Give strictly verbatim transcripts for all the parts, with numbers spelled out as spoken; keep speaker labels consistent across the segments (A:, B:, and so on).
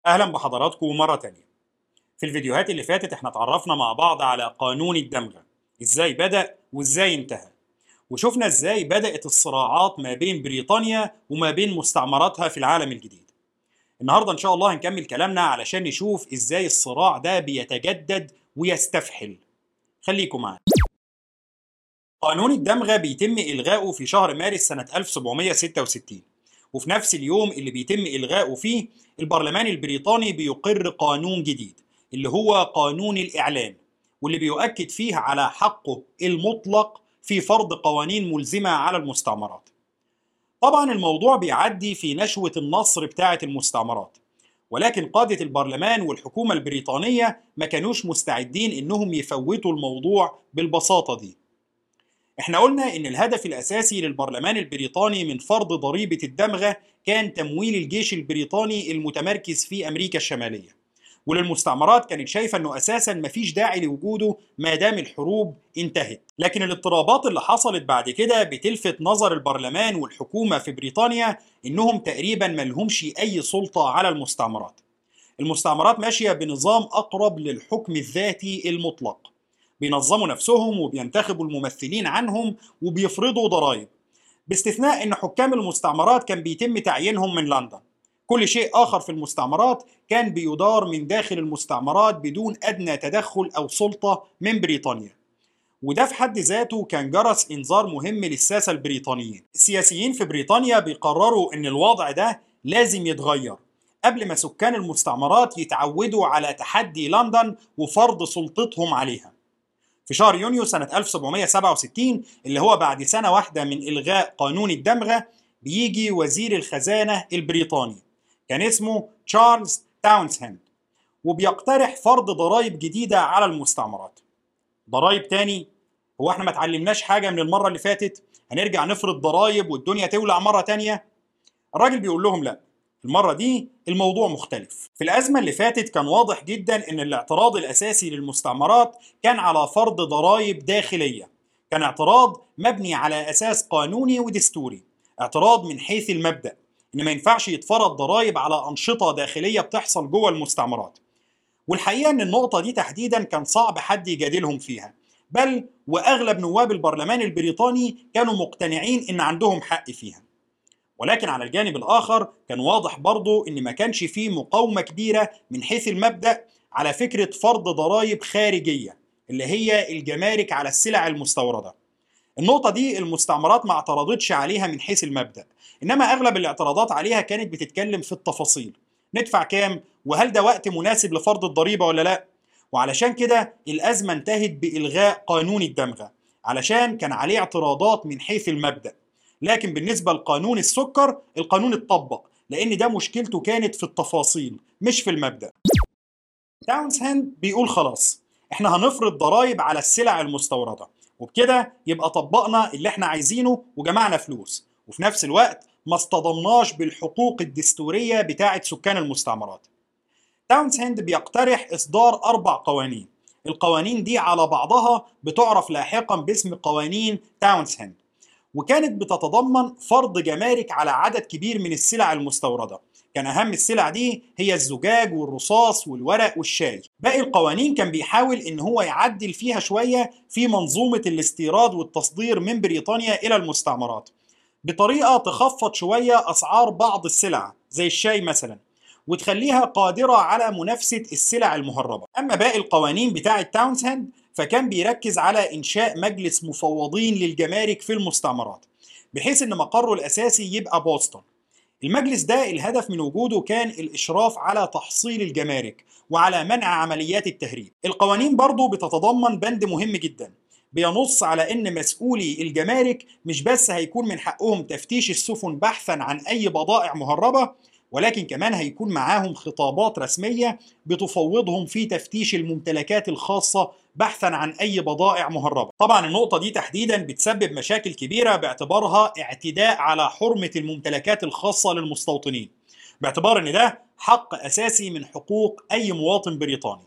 A: أهلا بحضراتكم مرة تانية. في الفيديوهات اللي فاتت احنا اتعرفنا مع بعض على قانون الدمغة، ازاي بدأ وازاي انتهى، وشفنا ازاي بدأت الصراعات ما بين بريطانيا وما بين مستعمراتها في العالم الجديد. النهاردة ان شاء الله هنكمل كلامنا علشان نشوف ازاي الصراع ده بيتجدد ويستفحل. خليكم معانا. قانون الدمغة بيتم إلغاؤه في شهر مارس سنة ألف وسبعمائة وستة وستين، وفي نفس اليوم اللي بيتم إلغاؤه فيه البرلمان البريطاني بيقر قانون جديد اللي هو قانون الإعلان، واللي بيؤكد فيه على حقه المطلق في فرض قوانين ملزمة على المستعمرات. طبعا الموضوع بيعدي في نشوة النصر بتاعة المستعمرات، ولكن قادة البرلمان والحكومة البريطانية ما كانوش مستعدين إنهم يفوتوا الموضوع بالبساطة دي. احنا قلنا ان الهدف الاساسي للبرلمان البريطاني من فرض ضريبة الدمغة كان تمويل الجيش البريطاني المتمركز في امريكا الشمالية، وللمستعمرات كانت شايفة انه اساسا مفيش داعي لوجوده ما دام الحروب انتهت. لكن الاضطرابات اللي حصلت بعد كده بتلفت نظر البرلمان والحكومة في بريطانيا انهم تقريبا ملهمش اي سلطة على المستعمرات. المستعمرات ماشية بنظام اقرب للحكم الذاتي المطلق، بينظموا نفسهم وبينتخبوا الممثلين عنهم وبيفرضوا ضرائب، باستثناء ان حكام المستعمرات كان بيتم تعيينهم من لندن. كل شيء اخر في المستعمرات كان بيدار من داخل المستعمرات بدون ادنى تدخل او سلطة من بريطانيا، وده في حد ذاته كان جرس انذار مهم للساسة البريطانيين. السياسيين في بريطانيا بيقرروا ان الوضع ده لازم يتغير قبل ما سكان المستعمرات يتعودوا على تحدي لندن وفرض سلطتهم عليها. في شهر يونيو سنة ألف وسبعمائة وسبعة وستين، اللي هو بعد سنة واحدة من إلغاء قانون الدمغة، بيجي وزير الخزانة البريطاني كان اسمه تشارلز تاونسهند، وبيقترح فرض ضرائب جديدة على المستعمرات. ضرائب تاني؟ هو احنا ما اتعلمناش حاجة من المرة اللي فاتت؟ هنرجع نفرض ضرائب والدنيا تولع مرة تانية؟ الراجل بيقول لهم لا، المرة دي الموضوع مختلف. في الأزمة اللي فاتت كان واضح جدا إن الاعتراض الأساسي للمستعمرات كان على فرض ضرائب داخلية، كان اعتراض مبني على أساس قانوني ودستوري، اعتراض من حيث المبدأ إن ما ينفعش يتفرض ضرائب على أنشطة داخلية بتحصل جوه المستعمرات. والحقيقة إن النقطة دي تحديدا كان صعب حد يجادلهم فيها، بل وأغلب نواب البرلمان البريطاني كانوا مقتنعين إن عندهم حق فيها. ولكن على الجانب الآخر كان واضح برضو إن ما كانش فيه مقاومة كبيرة من حيث المبدأ على فكرة فرض ضرائب خارجية اللي هي الجمارك على السلع المستوردة. النقطة دي المستعمرات ما اعترضتش عليها من حيث المبدأ، إنما أغلب الاعتراضات عليها كانت بتتكلم في التفاصيل، ندفع كام؟ وهل ده وقت مناسب لفرض الضريبة ولا لا؟ وعلشان كده الأزمة انتهت بإلغاء قانون الدمغة، علشان كان عليه اعتراضات من حيث المبدأ. لكن بالنسبة لقانون السكر، القانون اتطبق لأن ده مشكلته كانت في التفاصيل مش في المبدأ. تاونسهند بيقول خلاص احنا هنفرض ضرائب على السلع المستوردة، وبكده يبقى طبقنا اللي احنا عايزينه وجمعنا فلوس، وفي نفس الوقت ما اصطدمناش بالحقوق الدستورية بتاعة سكان المستعمرات. تاونسهند بيقترح إصدار أربع قوانين، القوانين دي على بعضها بتعرف لاحقا باسم قوانين تاونسهند، وكانت بتتضمن فرض جمارك على عدد كبير من السلع المستوردة. كان أهم السلع دي هي الزجاج والرصاص والورق والشاي. باقي القوانين كان بيحاول إن هو يعدل فيها شوية في منظومة الاستيراد والتصدير من بريطانيا إلى المستعمرات بطريقة تخفض شوية أسعار بعض السلع زي الشاي مثلا، وتخليها قادرة على منافسة السلع المهربة. أما باقي القوانين بتاعة تاونسهند فكان بيركز على إنشاء مجلس مفوضين للجمارك في المستعمرات، بحيث إن مقره الأساسي يبقى بوسطن. المجلس ده الهدف من وجوده كان الإشراف على تحصيل الجمارك وعلى منع عمليات التهريب. القوانين برضو بتتضمن بند مهم جدا بينص على إن مسؤولي الجمارك مش بس هيكون من حقهم تفتيش السفن بحثا عن أي بضائع مهربة، ولكن كمان هيكون معاهم خطابات رسمية بتفوضهم في تفتيش الممتلكات الخاصة بحثا عن أي بضائع مهربة. طبعا النقطة دي تحديدا بتسبب مشاكل كبيرة باعتبارها اعتداء على حرمة الممتلكات الخاصة للمستوطنين، باعتبار أن ده حق أساسي من حقوق أي مواطن بريطاني.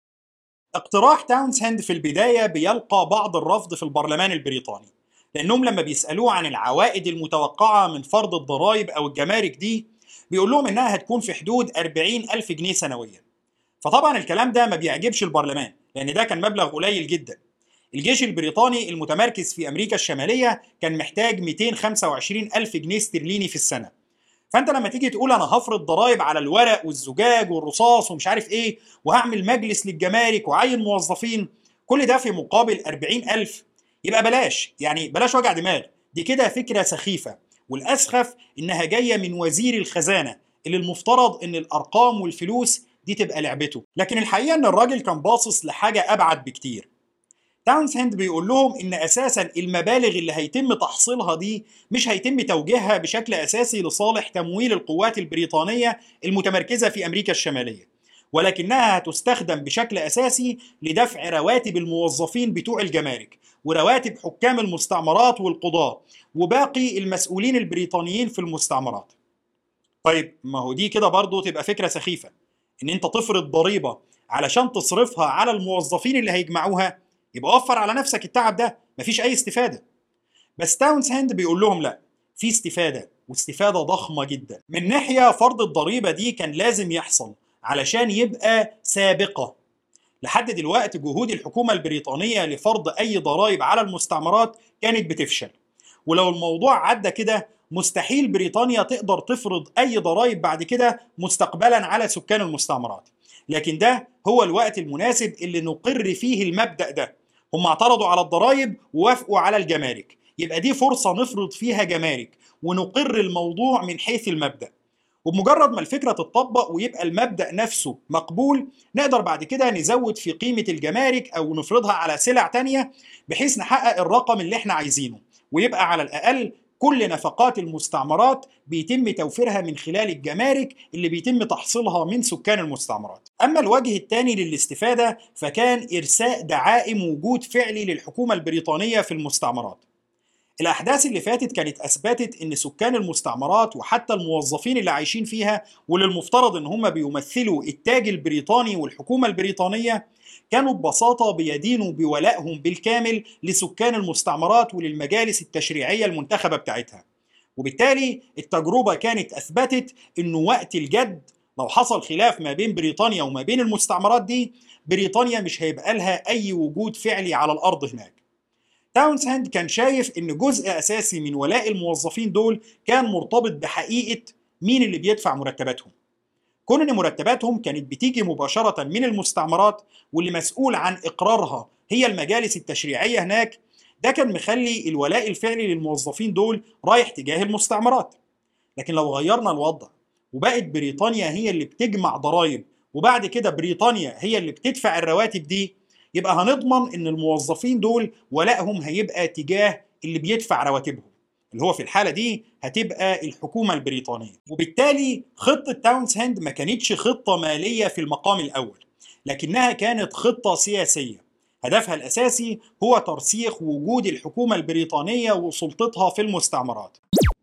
A: اقتراح تاونسهند في البداية بيلقى بعض الرفض في البرلمان البريطاني، لأنهم لما بيسألوه عن العوائد المتوقعة من فرض الضرائب أو الجمارك دي بيقول لهم إنها هتكون في حدود أربعين ألف جنيه سنويا. فطبعا الكلام ده ما بيعجبش البرلمان، لأن ده كان مبلغ قليل جدا. الجيش البريطاني المتمركز في أمريكا الشمالية كان محتاج مئتين وخمسة وعشرين ألف جنيه استرليني في السنة. فأنت لما تيجي تقول أنا هفرض ضرائب على الورق والزجاج والرصاص ومش عارف إيه، وهعمل مجلس للجمارك وعين موظفين، كل ده في مقابل أربعين ألف، يبقى بلاش، يعني بلاش وجع دماغ. دي كده فكرة سخيفة، والأسخف إنها جاية من وزير الخزانة اللي المفترض إن الأرقام والفلوس دي تبقى لعبته. لكن الحقيقة إن الراجل كان باصص لحاجة أبعد بكتير. تاونسند بيقول لهم إن أساسا المبالغ اللي هيتم تحصيلها دي مش هيتم توجيهها بشكل أساسي لصالح تمويل القوات البريطانية المتمركزة في أمريكا الشمالية، ولكنها هتستخدم بشكل أساسي لدفع رواتب الموظفين بتوع الجمارك ورواتب حكام المستعمرات والقضاة وباقي المسؤولين البريطانيين في المستعمرات. طيب ما هو دي كده برضه تبقى فكرة سخيفة، إن أنت تفرض ضريبة علشان تصرفها على الموظفين اللي هيجمعوها، يبقى وفر على نفسك التعب ده، مفيش أي استفادة. بس تاونسند بيقول لهم لا، في استفادة، واستفادة ضخمة جدا. من ناحية فرض الضريبة دي كان لازم يحصل علشان يبقى سابقة. لحد دلوقتي جهود الحكومة البريطانية لفرض أي ضرائب على المستعمرات كانت بتفشل، ولو الموضوع عدى كده مستحيل بريطانيا تقدر تفرض أي ضرائب بعد كده مستقبلا على سكان المستعمرات. لكن ده هو الوقت المناسب اللي نقر فيه المبدأ ده. هم اعترضوا على الضرائب ووافقوا على الجمارك، يبقى دي فرصة نفرض فيها جمارك ونقر الموضوع من حيث المبدأ. وبمجرد ما الفكرة تتطبق ويبقى المبدأ نفسه مقبول، نقدر بعد كده نزود في قيمة الجمارك أو نفرضها على سلع تانية بحيث نحقق الرقم اللي احنا عايزينه، ويبقى على الأقل كل نفقات المستعمرات بيتم توفيرها من خلال الجمارك اللي بيتم تحصيلها من سكان المستعمرات. أما الوجه الثاني للاستفادة فكان إرساء دعائم وجود فعلي للحكومة البريطانية في المستعمرات. الأحداث اللي فاتت كانت أثبتت إن سكان المستعمرات وحتى الموظفين اللي عايشين فيها واللي المفترض إن هم بيمثلوا التاج البريطاني والحكومة البريطانية كانوا ببساطة بيدينوا بولائهم بالكامل لسكان المستعمرات وللمجالس التشريعية المنتخبة بتاعتها. وبالتالي التجربة كانت أثبتت إنه وقت الجد لو حصل خلاف ما بين بريطانيا وما بين المستعمرات دي، بريطانيا مش هيبقى لها أي وجود فعلي على الأرض هناك. تاونسند كان شايف إن جزء أساسي من ولاء الموظفين دول كان مرتبط بحقيقة مين اللي بيدفع مرتباتهم. كون إن مرتباتهم كانت بتيجي مباشرة من المستعمرات واللي مسؤول عن إقرارها هي المجالس التشريعية هناك، ده كان مخلي الولاء الفعلي للموظفين دول رايح تجاه المستعمرات. لكن لو غيرنا الوضع وبقت بريطانيا هي اللي بتجمع ضرائب وبعد كده بريطانيا هي اللي بتدفع الرواتب دي، يبقى هنضمن ان الموظفين دول ولائهم هيبقى تجاه اللي بيدفع رواتبهم، اللي هو في الحالة دي هتبقى الحكومة البريطانية. وبالتالي خطة تاونسند ما كانتش خطة مالية في المقام الأول، لكنها كانت خطة سياسية هدفها الأساسي هو ترسيخ وجود الحكومة البريطانية وسلطتها في المستعمرات.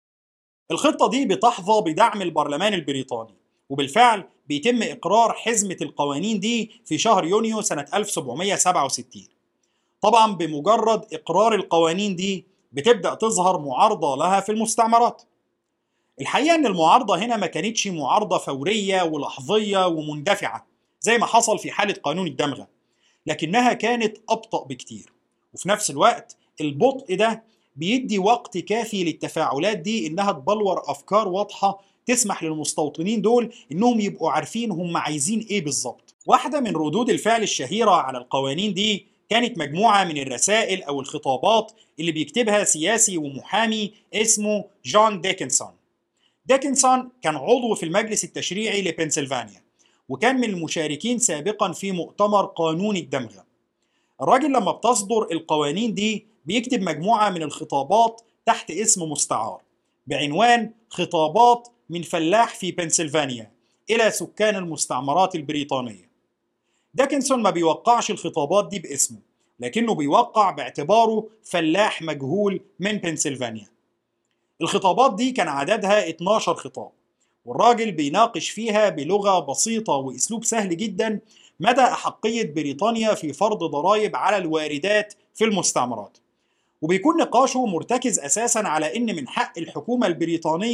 A: الخطة دي بتحظى بدعم البرلمان البريطاني، وبالفعل بيتم إقرار حزمة القوانين دي في شهر يونيو سنة ألف وسبعمائة وسبعة وستين. طبعا بمجرد إقرار القوانين دي بتبدأ تظهر معارضة لها في المستعمرات. الحقيقة إن المعارضة هنا ما كانتش معارضة فورية ولحظية ومندفعة زي ما حصل في حالة قانون الدمغة، لكنها كانت أبطأ بكتير. وفي نفس الوقت البطء ده بيدي وقت كافي للتفاعلات دي إنها تبلور أفكار واضحة تسمح للمستوطنين دول إنهم يبقوا عارفين هم عايزين إيه بالظبط. واحدة من ردود الفعل الشهيرة على القوانين دي كانت مجموعة من الرسائل أو الخطابات اللي بيكتبها سياسي ومحامي اسمه جون ديكنسون. ديكنسون كان عضو في المجلس التشريعي لبنسلفانيا، وكان من المشاركين سابقا في مؤتمر قانون الدمغة. الراجل لما بتصدر القوانين دي بيكتب مجموعة من الخطابات تحت اسم مستعار بعنوان خطابات من فلاح في بنسلفانيا إلى سكان المستعمرات البريطانية. ديكنسون ما بيوقعش الخطابات دي باسمه، لكنه بيوقع باعتباره فلاح مجهول من بنسلفانيا. الخطابات دي كان عددها اتناشر خطاب، والراجل بيناقش فيها بلغة بسيطة وإسلوب سهل جدا مدى أحقية بريطانيا في فرض ضرائب على الواردات في المستعمرات. وبيكون نقاشه مرتكز أساسا على إن من حق الحكومة البريطانية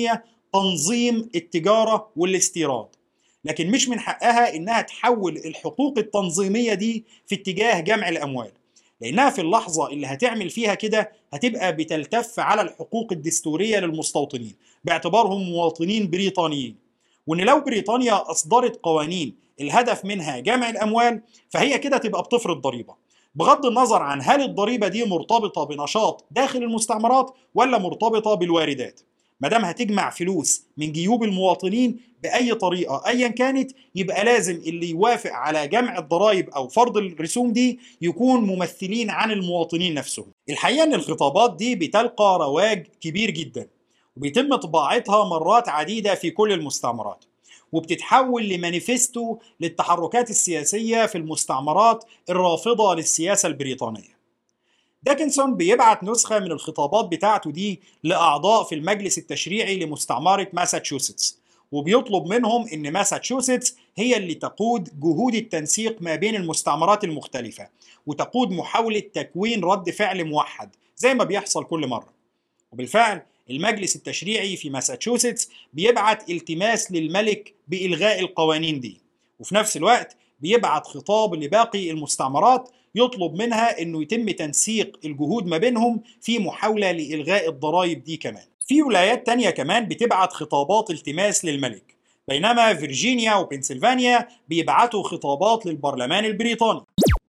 A: تنظيم التجارة والاستيراد، لكن مش من حقها إنها تحول الحقوق التنظيمية دي في اتجاه جمع الأموال، لأنها في اللحظة اللي هتعمل فيها كده هتبقى بتلتف على الحقوق الدستورية للمستوطنين باعتبارهم مواطنين بريطانيين، وإن لو بريطانيا أصدرت قوانين الهدف منها جمع الأموال فهي كده تبقى بتفرض ضريبة، بغض النظر عن هل الضريبة دي مرتبطة بنشاط داخل المستعمرات ولا مرتبطة بالواردات. مادام هتجمع فلوس من جيوب المواطنين بأي طريقة أيا كانت، يبقى لازم اللي يوافق على جمع الضرائب أو فرض الرسوم دي يكون ممثلين عن المواطنين نفسهم. الحقيقة أن الخطابات دي بتلقى رواج كبير جدا، وبيتم طباعتها مرات عديدة في كل المستعمرات، وبتتحول لمانيفستو للتحركات السياسية في المستعمرات الرافضة للسياسة البريطانية. ديكنسون بيبعت نسخة من الخطابات بتاعته دي لأعضاء في المجلس التشريعي لمستعمرة ماساتشوستس، وبيطلب منهم إن ماساتشوستس هي اللي تقود جهود التنسيق ما بين المستعمرات المختلفة، وتقود محاولة تكوين رد فعل موحد زي ما بيحصل كل مرة. وبالفعل المجلس التشريعي في ماساتشوستس بيبعت التماس للملك بإلغاء القوانين دي، وفي نفس الوقت بيبعت خطاب لباقي المستعمرات يطلب منها انه يتم تنسيق الجهود ما بينهم في محاولة لإلغاء الضرائب دي كمان. في ولايات تانية كمان بتبعت خطابات التماس للملك، بينما فيرجينيا وبنسلفانيا بيبعتوا خطابات للبرلمان البريطاني.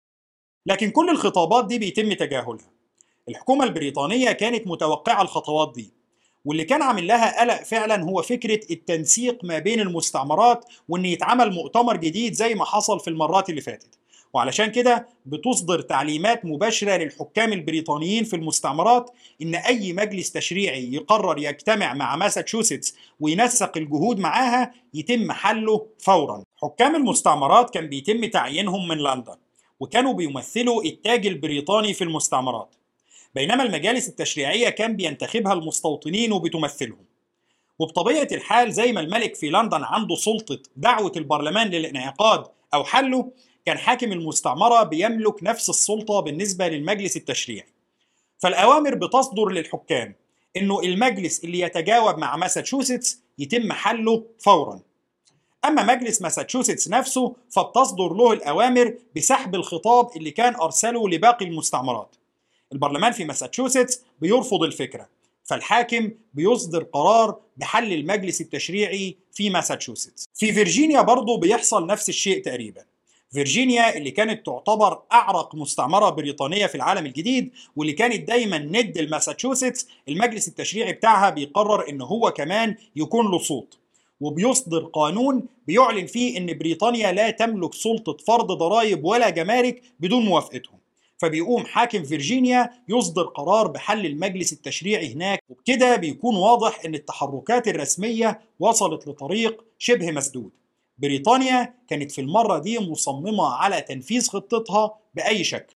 A: لكن كل الخطابات دي بيتم تجاهلها. الحكومة البريطانية كانت متوقعة الخطوات دي، واللي كان عامل لها قلق فعلا هو فكرة التنسيق ما بين المستعمرات، وان يتعمل مؤتمر جديد زي ما حصل في المرات اللي فاتت. وعلشان كده بتصدر تعليمات مباشرة للحكام البريطانيين في المستعمرات إن أي مجلس تشريعي يقرر يجتمع مع ماساتشوستس وينسق الجهود معاها يتم حله فورا. حكام المستعمرات كان بيتم تعيينهم من لندن، وكانوا بيمثلوا التاج البريطاني في المستعمرات، بينما المجالس التشريعية كان بينتخبها المستوطنين وبتمثلهم. وبطبيعة الحال زي ما الملك في لندن عنده سلطة دعوة البرلمان للانعقاد أو حله، كان حاكم المستعمرة بيملك نفس السلطة بالنسبة للمجلس التشريعي. فالأوامر بتصدر للحكام إنه المجلس اللي يتجاوب مع ماساتشوستس يتم حله فورا. أما مجلس ماساتشوستس نفسه فبتصدر له الأوامر بسحب الخطاب اللي كان أرسله لباقي المستعمرات. البرلمان في ماساتشوستس بيرفض الفكرة، فالحاكم بيصدر قرار بحل المجلس التشريعي في ماساتشوستس. في فيرجينيا برضه بيحصل نفس الشيء تقريبا. فيرجينيا اللي كانت تعتبر أعرق مستعمرة بريطانية في العالم الجديد، واللي كانت دايما ند لماساتشوستس، المجلس التشريعي بتاعها بيقرر إن هو كمان يكون له صوت، وبيصدر قانون بيعلن فيه إن بريطانيا لا تملك سلطة فرض ضرائب ولا جمارك بدون موافقتهم. فبيقوم حاكم فيرجينيا يصدر قرار بحل المجلس التشريعي هناك، وبكده بيكون واضح إن التحركات الرسمية وصلت لطريق شبه مسدود. بريطانيا كانت في المرة دي مصممة على تنفيذ خطتها بأي شكل.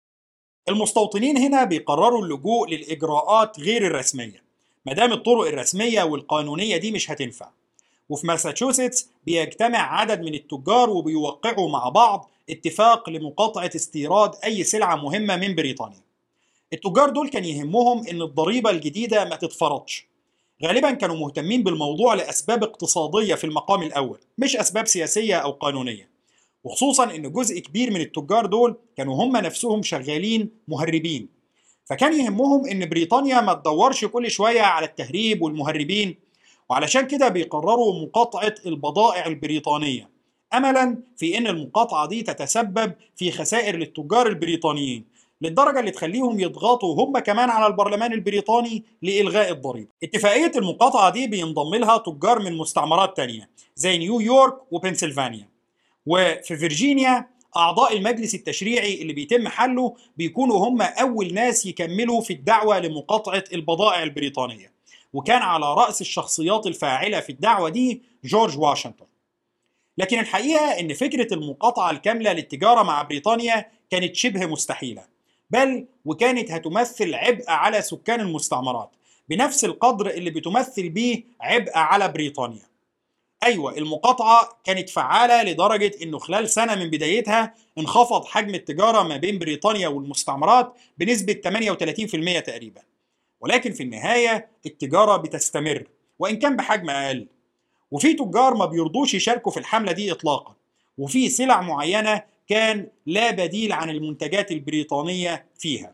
A: المستوطنين هنا بيقرروا اللجوء للإجراءات غير الرسمية مادام الطرق الرسمية والقانونية دي مش هتنفع. وفي ماساتشوستس بيجتمع عدد من التجار وبيوقعوا مع بعض اتفاق لمقاطعة استيراد أي سلعة مهمة من بريطانيا. التجار دول كان يهمهم إن الضريبة الجديدة ما تتفرضش. غالبا كانوا مهتمين بالموضوع لأسباب اقتصادية في المقام الأول، مش أسباب سياسية أو قانونية، وخصوصا إن جزء كبير من التجار دول كانوا هم نفسهم شغالين مهربين. فكان يهمهم إن بريطانيا ما تدورش كل شوية على التهريب والمهربين، وعلشان كده بيقرروا مقاطعة البضائع البريطانية، أملا في إن المقاطعة دي تتسبب في خسائر للتجار البريطانيين للدرجة اللي تخليهم يضغطوا هم كمان على البرلمان البريطاني لإلغاء الضريبة. اتفاقية المقاطعة دي بينضم لها تجار من مستعمرات تانية زي نيويورك وبنسلفانيا. وفي فيرجينيا أعضاء المجلس التشريعي اللي بيتم حله بيكونوا هم أول ناس يكملوا في الدعوة لمقاطعة البضائع البريطانية، وكان على رأس الشخصيات الفاعلة في الدعوة دي جورج واشنطن. لكن الحقيقة إن فكرة المقاطعة الكاملة للتجارة مع بريطانيا كانت شبه مستحيلة، بل وكانت هتمثل عبء على سكان المستعمرات بنفس القدر اللي بتمثل بيه عبء على بريطانيا. أيوة، المقاطعة كانت فعالة لدرجة إنه خلال سنة من بدايتها انخفض حجم التجارة ما بين بريطانيا والمستعمرات بنسبة ثمانية وثلاثين بالمئة تقريبا، ولكن في النهاية التجارة بتستمر وإن كان بحجم أقل، وفي تجار ما بيرضوش يشاركوا في الحملة دي إطلاقا، وفي سلع معينة كان لا بديل عن المنتجات البريطانية فيها.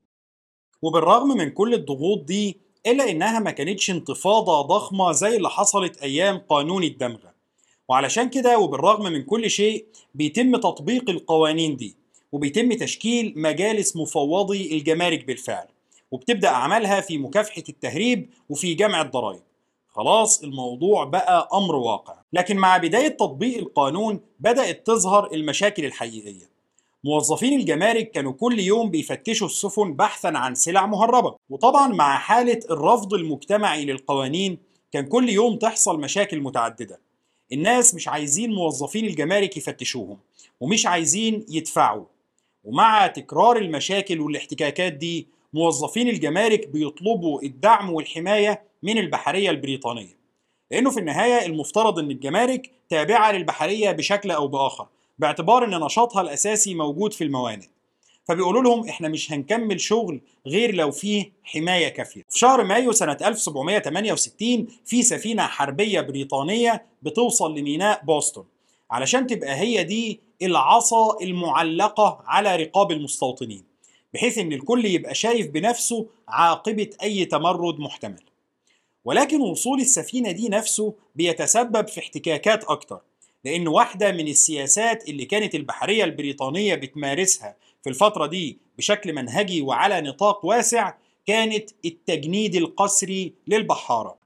A: وبالرغم من كل الضغوط دي إلا إنها ما كانتش انتفاضة ضخمة زي اللي حصلت أيام قانون الدمغة، وعلشان كده وبالرغم من كل شيء بيتم تطبيق القوانين دي، وبيتم تشكيل مجالس مفوضي الجمارك بالفعل، وبتبدأ أعمالها في مكافحة التهريب وفي جمع الضرائب. خلاص الموضوع بقى أمر واقع. لكن مع بداية تطبيق القانون بدأت تظهر المشاكل الحقيقية. موظفين الجمارك كانوا كل يوم بيفتشوا السفن بحثا عن سلع مهربة، وطبعا مع حالة الرفض المجتمعي للقوانين كان كل يوم تحصل مشاكل متعددة. الناس مش عايزين موظفين الجمارك يفتشوهم، ومش عايزين يدفعوا. ومع تكرار المشاكل والاحتكاكات دي موظفين الجمارك بيطلبوا الدعم والحماية من البحرية البريطانية، لأنه في النهاية المفترض أن الجمارك تابعة للبحرية بشكل أو بآخر، باعتبار أن نشاطها الأساسي موجود في الموانئ. فبيقولوا لهم إحنا مش هنكمل شغل غير لو فيه حماية كافية. في شهر مايو سنة ألف وسبعمائة وثمانية وستين في سفينة حربية بريطانية بتوصل لميناء بوسطن علشان تبقى هي دي العصا المعلقة على رقاب المستوطنين، بحيث أن الكل يبقى شايف بنفسه عاقبة أي تمرد محتمل. ولكن وصول السفينة دي نفسه بيتسبب في احتكاكات أكتر، لأن واحدة من السياسات اللي كانت البحرية البريطانية بتمارسها في الفترة دي بشكل منهجي وعلى نطاق واسع كانت التجنيد القسري للبحارة.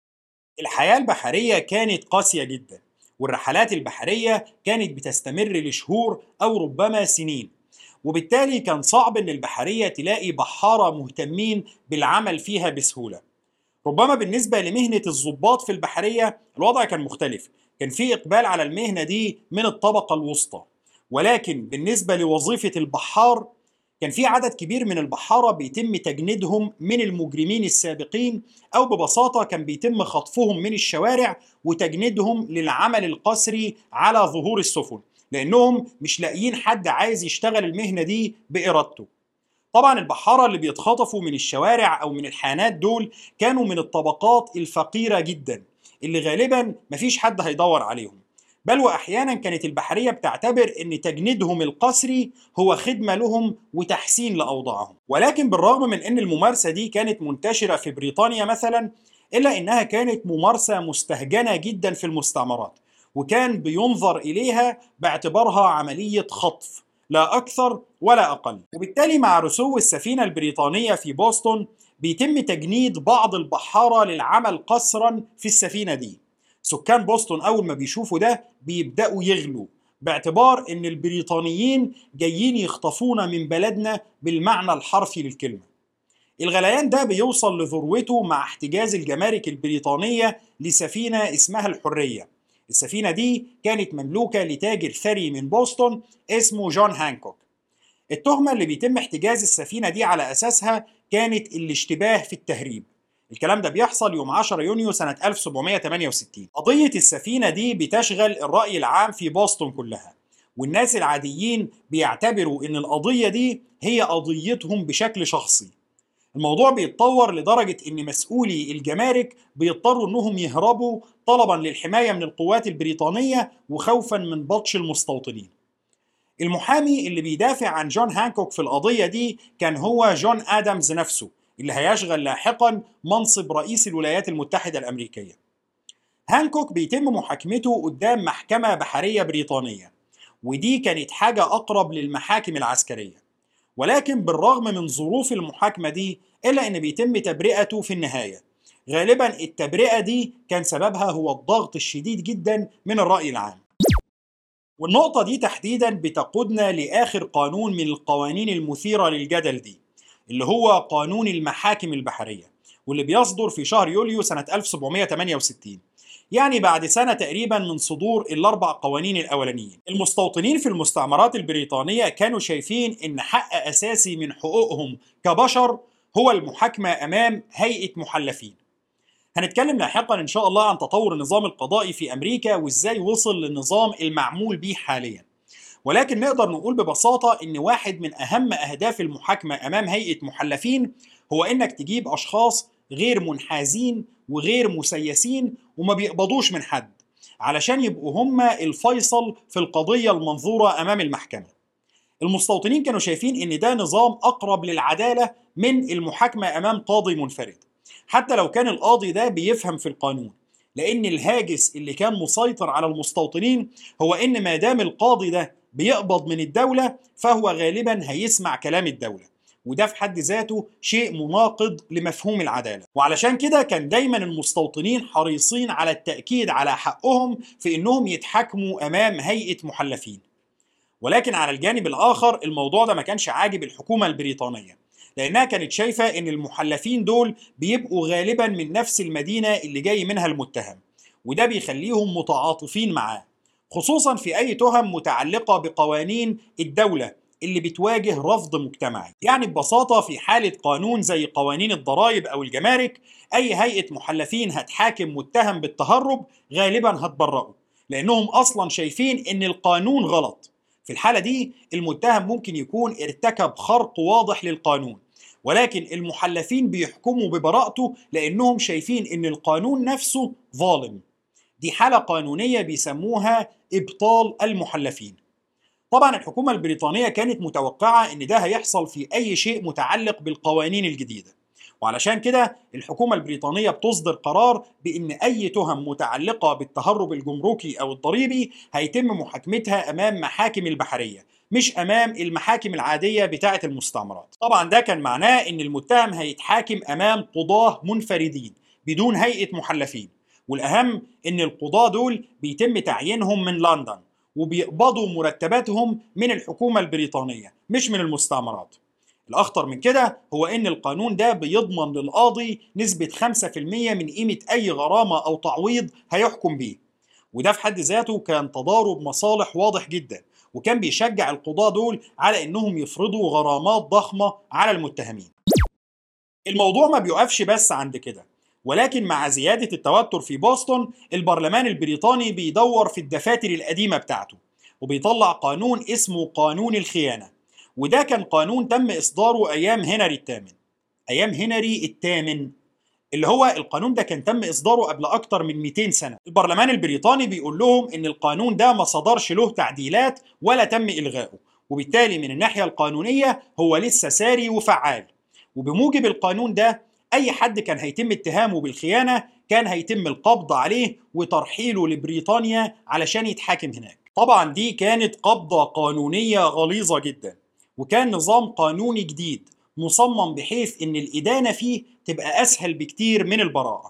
A: الحياة البحرية كانت قاسية جدا، والرحلات البحرية كانت بتستمر لشهور أو ربما سنين، وبالتالي كان صعب أن البحرية تلاقي بحارة مهتمين بالعمل فيها بسهولة. ربما بالنسبة لمهنة الضباط في البحرية الوضع كان مختلف، كان في إقبال على المهنة دي من الطبقة الوسطى. ولكن بالنسبة لوظيفة البحار كان في عدد كبير من البحارة بيتم تجنيدهم من المجرمين السابقين، أو ببساطة كان بيتم خطفهم من الشوارع وتجنيدهم للعمل القسري على ظهور السفن، لأنهم مش لاقيين حد عايز يشتغل المهنة دي بإرادته. طبعا البحارة اللي بيتخطفوا من الشوارع أو من الحانات دول كانوا من الطبقات الفقيرة جدا اللي غالبا مفيش حد هيدور عليهم، بل وأحيانا كانت البحرية بتعتبر أن تجنيدهم القسري هو خدمة لهم وتحسين لأوضاعهم. ولكن بالرغم من أن الممارسة دي كانت منتشرة في بريطانيا مثلا، إلا أنها كانت ممارسة مستهجنة جدا في المستعمرات، وكان بينظر إليها باعتبارها عملية خطف لا أكثر ولا أقل. وبالتالي مع رسو السفينة البريطانية في بوسطن بيتم تجنيد بعض البحارة للعمل قسرا في السفينة دي. سكان بوسطن أول ما بيشوفوا ده بيبدأوا يغلوا، باعتبار أن البريطانيين جايين يخطفونا من بلدنا بالمعنى الحرفي للكلمة. الغليان ده بيوصل لذروته مع احتجاز الجمارك البريطانية لسفينة اسمها الحرية. السفينة دي كانت مملوكة لتاجر ثري من بوسطن اسمه جون هانكوك. التهمة اللي بيتم احتجاز السفينة دي على أساسها كانت الاشتباه في التهريب. الكلام ده بيحصل يوم عشرة يونيو سنة ألف وسبعمائة وثمانية وستين. قضية السفينة دي بتشغل الرأي العام في بوسطن كلها، والناس العاديين بيعتبروا إن القضية دي هي قضيتهم بشكل شخصي. الموضوع بيتطور لدرجة إن مسؤولي الجمارك بيضطروا إنهم يهربوا طلبا للحماية من القوات البريطانية وخوفا من بطش المستوطنين. المحامي اللي بيدافع عن جون هانكوك في القضية دي كان هو جون آدمز نفسه، اللي هيشغل لاحقا منصب رئيس الولايات المتحدة الأمريكية. هانكوك بيتم محاكمته قدام محكمة بحرية بريطانية، ودي كانت حاجة أقرب للمحاكم العسكرية. ولكن بالرغم من ظروف المحاكمة دي إلا أن بيتم تبرئته في النهاية. غالبا التبرئة دي كان سببها هو الضغط الشديد جدا من الرأي العام. والنقطة دي تحديدا بتقودنا لآخر قانون من القوانين المثيرة للجدل دي، اللي هو قانون المحاكم البحرية، واللي بيصدر في شهر يوليو سنة ألف وسبعمائة وثمانية وستين، يعني بعد سنة تقريبا من صدور الأربع قوانين الأولانيين. المستوطنين في المستعمرات البريطانية كانوا شايفين إن حق أساسي من حقوقهم كبشر هو المحاكمة أمام هيئة محلفين. هنتكلم لاحقا إن شاء الله عن تطور النظام القضائي في أمريكا وإزاي وصل للنظام المعمول به حاليا. ولكن نقدر نقول ببساطة إن واحد من أهم أهداف المحاكمة أمام هيئة محلفين هو إنك تجيب أشخاص غير منحازين وغير مسيسين وما بيقبضوش من حد، علشان يبقوا هم الفيصل في القضية المنظورة أمام المحكمة. المستوطنين كانوا شايفين إن ده نظام أقرب للعدالة من المحاكمة أمام قاضي منفرد، حتى لو كان القاضي ده بيفهم في القانون، لأن الهاجس اللي كان مسيطر على المستوطنين هو إن ما دام القاضي ده بيقبض من الدولة فهو غالبا هيسمع كلام الدولة، وده في حد ذاته شيء مناقض لمفهوم العدالة. وعلشان كده كان دايما المستوطنين حريصين على التأكيد على حقهم في إنهم يتحاكموا أمام هيئة محلفين. ولكن على الجانب الآخر الموضوع ده ما كانش عاجب الحكومة البريطانية، لأنها كانت شايفة إن المحلفين دول بيبقوا غالبا من نفس المدينة اللي جاي منها المتهم، وده بيخليهم متعاطفين معاه، خصوصا في أي تهم متعلقة بقوانين الدولة اللي بتواجه رفض مجتمعي. يعني ببساطة في حالة قانون زي قوانين الضرائب أو الجمارك، أي هيئة محلفين هتحاكم متهم بالتهرب غالبا هتبرئه، لأنهم أصلا شايفين إن القانون غلط. في الحالة دي المتهم ممكن يكون ارتكب خرق واضح للقانون، ولكن المحلفين بيحكموا ببراءته لأنهم شايفين إن القانون نفسه ظالم. دي حالة قانونية بيسموها إبطال المحلفين. طبعا الحكومة البريطانية كانت متوقعة إن ده هيحصل في أي شيء متعلق بالقوانين الجديدة، وعلشان كده الحكومة البريطانية بتصدر قرار بأن أي تهم متعلقة بالتهرب الجمركي أو الضريبي هيتم محاكمتها أمام محاكم البحرية، مش أمام المحاكم العادية بتاعة المستعمرات. طبعا ده كان معناه أن المتهم هيتحاكم أمام قضاة منفردين بدون هيئة محلفين، والأهم أن القضاة دول بيتم تعيينهم من لندن وبيقبضوا مرتباتهم من الحكومة البريطانية مش من المستعمرات. الأخطر من كده هو إن القانون ده بيضمن للقاضي نسبة خمسة في المية من قيمة أي غرامة أو تعويض هيحكم بيه، وده في حد ذاته كان تضارب مصالح واضح جدا، وكان بيشجع القضاة دول على إنهم يفرضوا غرامات ضخمة على المتهمين. الموضوع ما بيقفش بس عند كده، ولكن مع زيادة التوتر في بوسطن البرلمان البريطاني بيدور في الدفاتر القديمة بتاعته وبيطلع قانون اسمه قانون الخيانة، وده كان قانون تم إصداره أيام هنري الثامن أيام هنري الثامن اللي هو القانون ده كان تم إصداره قبل أكتر من مئتين سنة. البرلمان البريطاني بيقول لهم إن القانون ده ما صدرش له تعديلات ولا تم إلغائه، وبالتالي من الناحية القانونية هو لسه ساري وفعال. وبموجب القانون ده أي حد كان هيتم اتهامه بالخيانة كان هيتم القبض عليه وترحيله لبريطانيا علشان يتحاكم هناك. طبعا دي كانت قبضة قانونية غليظة جدا، وكان نظام قانوني جديد مصمم بحيث ان الإدانة فيه تبقى أسهل بكتير من البراءة.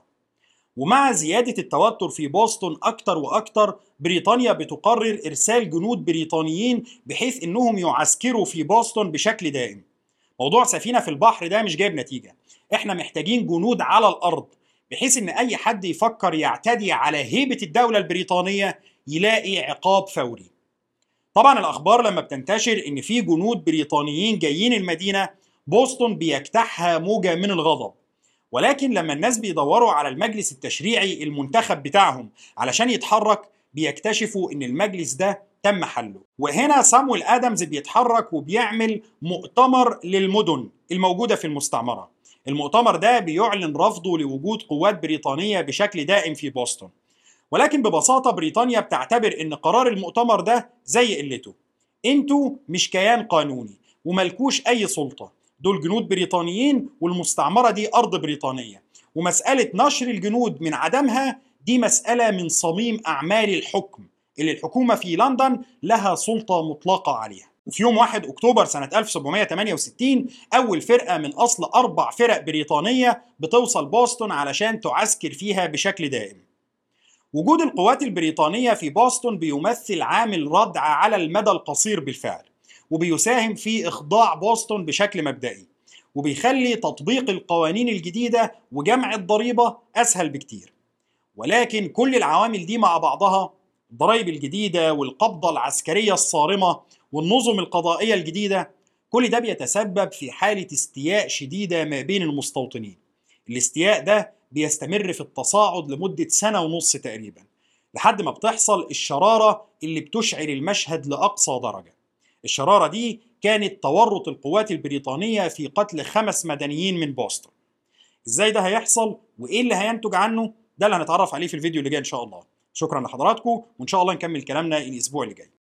A: ومع زيادة التوتر في بوسطن أكتر وأكتر بريطانيا بتقرر إرسال جنود بريطانيين بحيث انهم يعسكروا في بوسطن بشكل دائم. موضوع سفينة في البحر ده مش جايب نتيجة، احنا محتاجين جنود على الأرض بحيث ان أي حد يفكر يعتدي على هيبة الدولة البريطانية يلاقي عقاب فوري. طبعا الأخبار لما بتنتشر ان في جنود بريطانيين جايين المدينة، بوسطن بيجتاحها موجة من الغضب. ولكن لما الناس بيدوروا على المجلس التشريعي المنتخب بتاعهم علشان يتحرك بيكتشفوا ان المجلس ده تم حله. وهنا سامويل آدمز بيتحرك وبيعمل مؤتمر للمدن الموجودة في المستعمرة. المؤتمر ده بيعلن رفضه لوجود قوات بريطانية بشكل دائم في بوسطن، ولكن ببساطة بريطانيا بتعتبر ان قرار المؤتمر ده زي قلته، انتوا مش كيان قانوني وملكوش اي سلطة، دول جنود بريطانيين والمستعمرة دي أرض بريطانية، ومسألة نشر الجنود من عدمها دي مسألة من صميم أعمال الحكم اللي الحكومة في لندن لها سلطة مطلقة عليها. وفي يوم واحد أكتوبر سنة ألف وسبعمائة وثمانية وستين أول فرقة من أصل أربع فرق بريطانية بتوصل بوسطن علشان تعسكر فيها بشكل دائم. وجود القوات البريطانية في بوسطن بيمثل عامل ردع على المدى القصير بالفعل، وبيساهم في إخضاع بوسطن بشكل مبدئي، وبيخلي تطبيق القوانين الجديدة وجمع الضريبة أسهل بكتير. ولكن كل العوامل دي مع بعضها، الضرائب الجديدة والقبضة العسكرية الصارمة والنظم القضائية الجديدة، كل ده بيتسبب في حالة استياء شديدة ما بين المستوطنين. الاستياء ده بيستمر في التصاعد لمدة سنة ونص تقريبا، لحد ما بتحصل الشرارة اللي بتشعر المشهد لأقصى درجة. الشرارة دي كانت تورط القوات البريطانية في قتل خمس مدنيين من بوسطن. ازاي ده هيحصل وايه اللي هينتج عنه؟ ده اللي هنتعرف عليه في الفيديو اللي جاي ان شاء الله. شكرا لحضراتكم، وان شاء الله نكمل كلامنا الاسبوع اللي جاي.